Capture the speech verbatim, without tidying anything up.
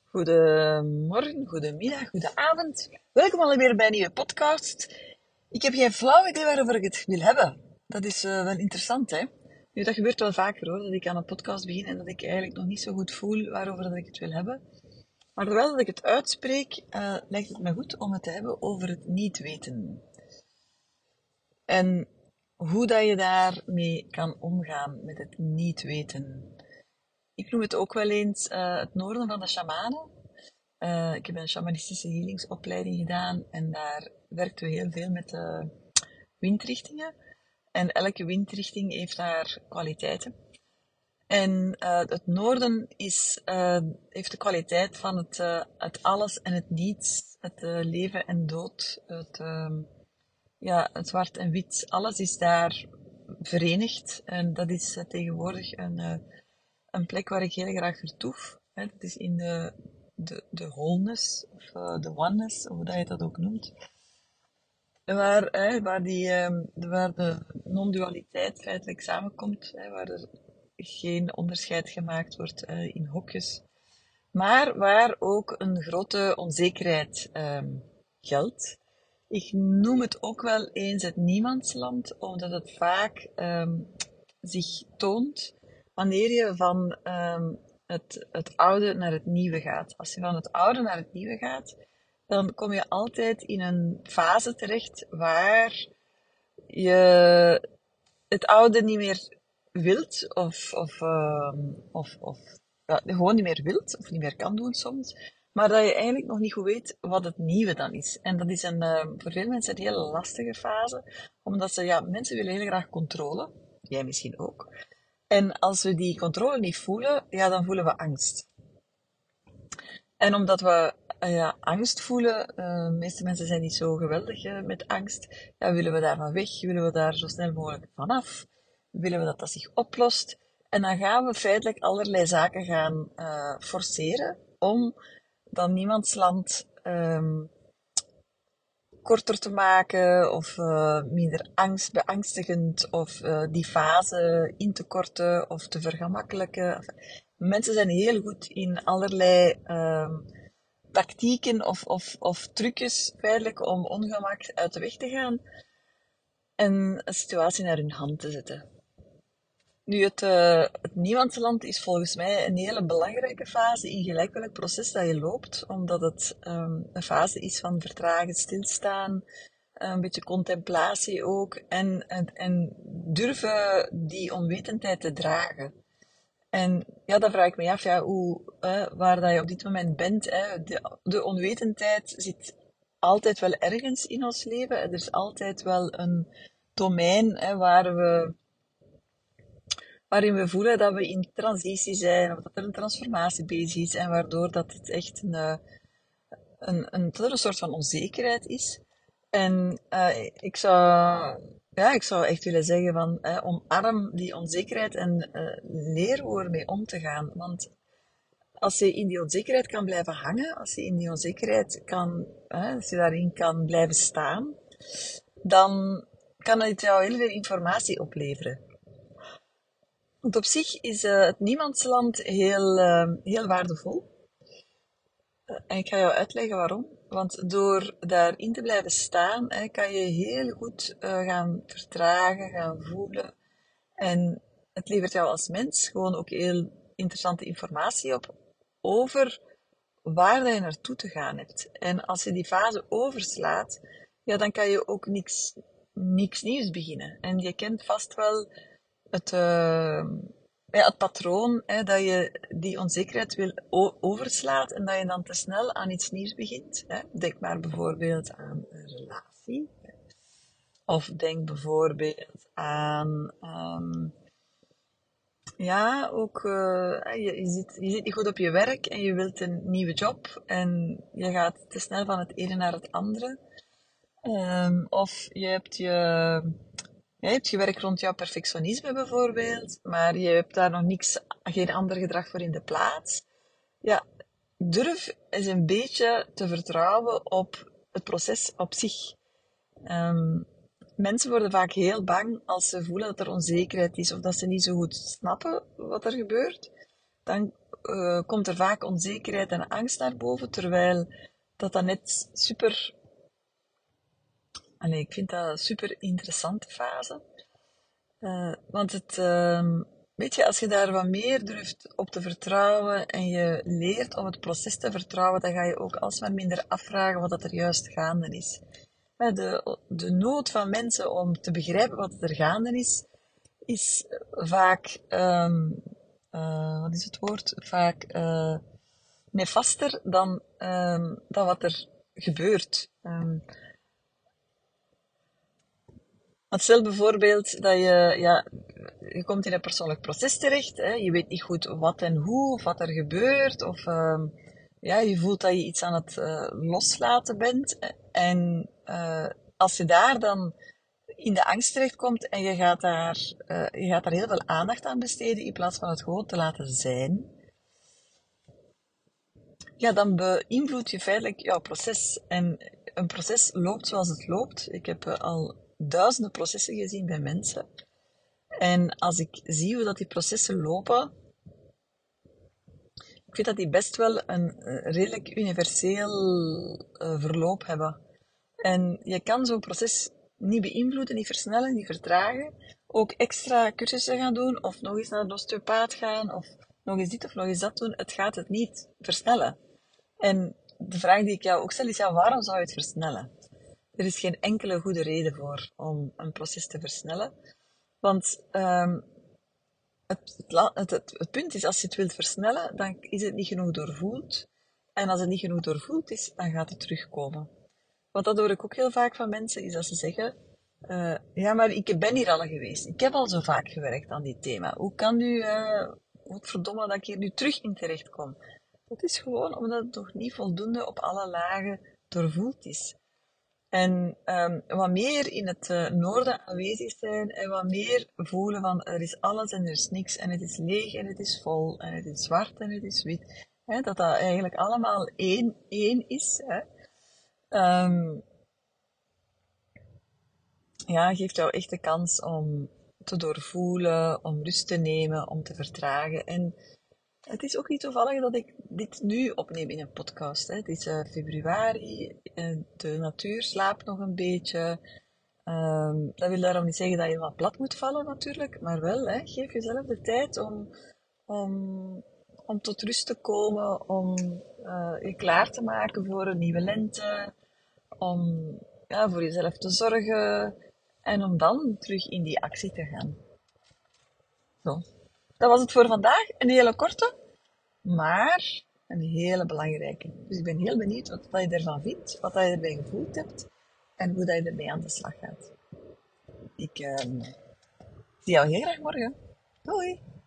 Goedemorgen, goedemiddag, goedenavond. Welkom alweer bij een nieuwe podcast. Ik heb geen flauw idee waarover ik het wil hebben. Dat is eh, wel interessant, hè? Nu, dat gebeurt wel vaker hoor, dat ik aan een podcast begin en dat ik eigenlijk nog niet zo goed voel waarover dat ik het wil hebben. Maar terwijl dat ik het uitspreek, eh, lijkt het me goed om het te hebben over het niet weten. En hoe dat je daarmee kan omgaan met het niet weten. Ik noem het ook wel eens eh, het noorden van de shamanen. Uh, ik heb een shamanistische healingsopleiding gedaan en daar werkten we heel veel met uh, windrichtingen. En elke windrichting heeft haar kwaliteiten. En uh, het noorden is, uh, heeft de kwaliteit van het, uh, het alles en het niets, het uh, leven en dood, het, uh, ja, het zwart en wit, alles is daar verenigd. En dat is uh, tegenwoordig een, uh, een plek waar ik heel graag vertoef. Hè. Dat is in de de, de wholeness, of uh, de oneness, hoe dat je dat ook noemt. Waar, hè, waar, die, um, waar de non-dualiteit feitelijk samenkomt, hè, waar er geen onderscheid gemaakt wordt uh, in hokjes, maar waar ook een grote onzekerheid um, geldt. Ik noem het ook wel eens het niemandsland, omdat het vaak um, zich toont wanneer je van um, het, het oude naar het nieuwe gaat. Als je van het oude naar het nieuwe gaat, dan kom je altijd in een fase terecht waar je het oude niet meer wilt, of, of, uh, of, of ja, gewoon niet meer wilt, of niet meer kan doen soms, maar dat je eigenlijk nog niet goed weet wat het nieuwe dan is. En dat is een, uh, voor veel mensen een hele lastige fase, omdat ze, ja, mensen willen heel graag controle, jij misschien ook. En als we die controle niet voelen, ja, dan voelen we angst. En omdat we uh, ja, angst voelen, uh, de meeste mensen zijn niet zo geweldig uh, met angst, ja, willen we daarvan weg, willen we daar zo snel mogelijk vanaf, willen we dat dat zich oplost. En dan gaan we feitelijk allerlei zaken gaan uh, forceren om dan niemands land um, korter te maken of uh, minder angst, beangstigend of uh, die fase in te korten of te vergemakkelijken. Mensen zijn heel goed in allerlei uh, tactieken of, of, of trucjes feitelijk om ongemak uit de weg te gaan en een situatie naar hun hand te zetten. Nu, het, uh, het niemandsland is volgens mij een hele belangrijke fase in gelijk welk proces dat je loopt, omdat het um, een fase is van vertragen, stilstaan, een beetje contemplatie ook, en, en, en durven die onwetendheid te dragen. En ja, dan vraag ik me af, ja, hoe, uh, waar dat je op dit moment bent, hè, de, de onwetendheid zit altijd wel ergens in ons leven. Er is altijd wel een domein hè, waar we waarin we voelen dat we in transitie zijn, of dat er een transformatie bezig is, en waardoor dat het echt een, een, een, een, een soort van onzekerheid is. En uh, ik, zou, ja, ik zou echt willen zeggen van, uh, omarm die onzekerheid en uh, leer hoe ermee om te gaan. Want als je in die onzekerheid kan blijven hangen, als je in die onzekerheid kan, uh, als je daarin kan blijven staan, dan kan het jou heel veel informatie opleveren. Want op zich is uh, het niemandsland heel, uh, heel waardevol. Uh, en ik ga jou uitleggen waarom. Want door daarin te blijven staan, hè, kan je heel goed uh, gaan vertragen, gaan voelen. En het levert jou als mens gewoon ook heel interessante informatie op over waar dat je naartoe te gaan hebt. En als je die fase overslaat, ja, dan kan je ook niks, niks nieuws beginnen. En je kent vast wel het, uh, ja, het patroon hè, dat je die onzekerheid wil overslaat en dat je dan te snel aan iets nieuws begint. Hè. Denk maar bijvoorbeeld aan een relatie. Of denk bijvoorbeeld aan... Um, ja, ook... Uh, je, je, zit, je zit niet goed op je werk en je wilt een nieuwe job en je gaat te snel van het ene naar het andere. Um, of je hebt je... Je hebt gewerkt rond jouw perfectionisme bijvoorbeeld, maar je hebt daar nog niks, geen ander gedrag voor in de plaats. Ja, durf eens een beetje te vertrouwen op het proces op zich. Um, mensen worden vaak heel bang als ze voelen dat er onzekerheid is of dat ze niet zo goed snappen wat er gebeurt. Dan uh, komt er vaak onzekerheid en angst naar boven, terwijl dat dan net super... Allee, ik vind dat een super interessante fase. Uh, want het, uh, weet je, als je daar wat meer durft op te vertrouwen en je leert om het proces te vertrouwen, dan ga je ook alsmaar minder afvragen wat dat er juist gaande is. De, de nood van mensen om te begrijpen wat er gaande is, is vaak, um, uh, wat is het woord? Vaak uh, nefaster dan, um, dan wat er gebeurt. Um, Want stel bijvoorbeeld dat je, ja, je komt in een persoonlijk proces terecht, hè, je weet niet goed wat en hoe, of wat er gebeurt, of uh, ja, je voelt dat je iets aan het uh, loslaten bent. En uh, als je daar dan in de angst terechtkomt en je gaat, daar, uh, je gaat daar heel veel aandacht aan besteden, in plaats van het gewoon te laten zijn, ja, dan beïnvloed je feitelijk jouw proces. En een proces loopt zoals het loopt. Ik heb uh, al duizenden processen gezien bij mensen. En als ik zie hoe dat die processen lopen, ik vind dat die best wel een uh, redelijk universeel uh, verloop hebben. En je kan zo'n proces niet beïnvloeden, niet versnellen, niet vertragen. Ook extra cursussen gaan doen, of nog eens naar de osteopaat gaan, of nog eens dit of nog eens dat doen. Het gaat het niet versnellen. En de vraag die ik jou ook stel is, ja, waarom zou je het versnellen? Er is geen enkele goede reden voor om een proces te versnellen. Want um, het, het, het, het punt is, als je het wilt versnellen, dan is het niet genoeg doorvoeld. En als het niet genoeg doorvoeld is, dan gaat het terugkomen. Wat dat hoor ik ook heel vaak van mensen, is dat ze zeggen, uh, ja, maar ik ben hier al geweest. Ik heb al zo vaak gewerkt aan dit thema. Hoe kan nu, uh, wat verdomme dat ik hier nu terug in terecht kom? Dat is gewoon omdat het nog niet voldoende op alle lagen doorvoeld is. En um, wat meer in het uh, noorden aanwezig zijn en wat meer voelen van er is alles en er is niks en het is leeg en het is vol en het is zwart en het is wit. Hè, dat dat eigenlijk allemaal één, één is. Hè. Um, ja, geeft jou echt de kans om te doorvoelen, om rust te nemen, om te vertragen. En het is ook niet toevallig dat ik dit nu opneem in een podcast. Hè. Het is uh, februari, uh, de natuur slaapt nog een beetje. Um, dat wil daarom niet zeggen dat je wat plat moet vallen natuurlijk, maar wel, hè, geef jezelf de tijd om, om, om tot rust te komen, om uh, je klaar te maken voor een nieuwe lente, om ja, voor jezelf te zorgen en om dan terug in die actie te gaan. Zo. Dat was het voor vandaag, een hele korte, maar een hele belangrijke. Dus ik ben heel benieuwd wat, wat je ervan vindt, wat je erbij gevoeld hebt en hoe dat je ermee aan de slag gaat. Ik uh, zie jou heel graag morgen. Doei!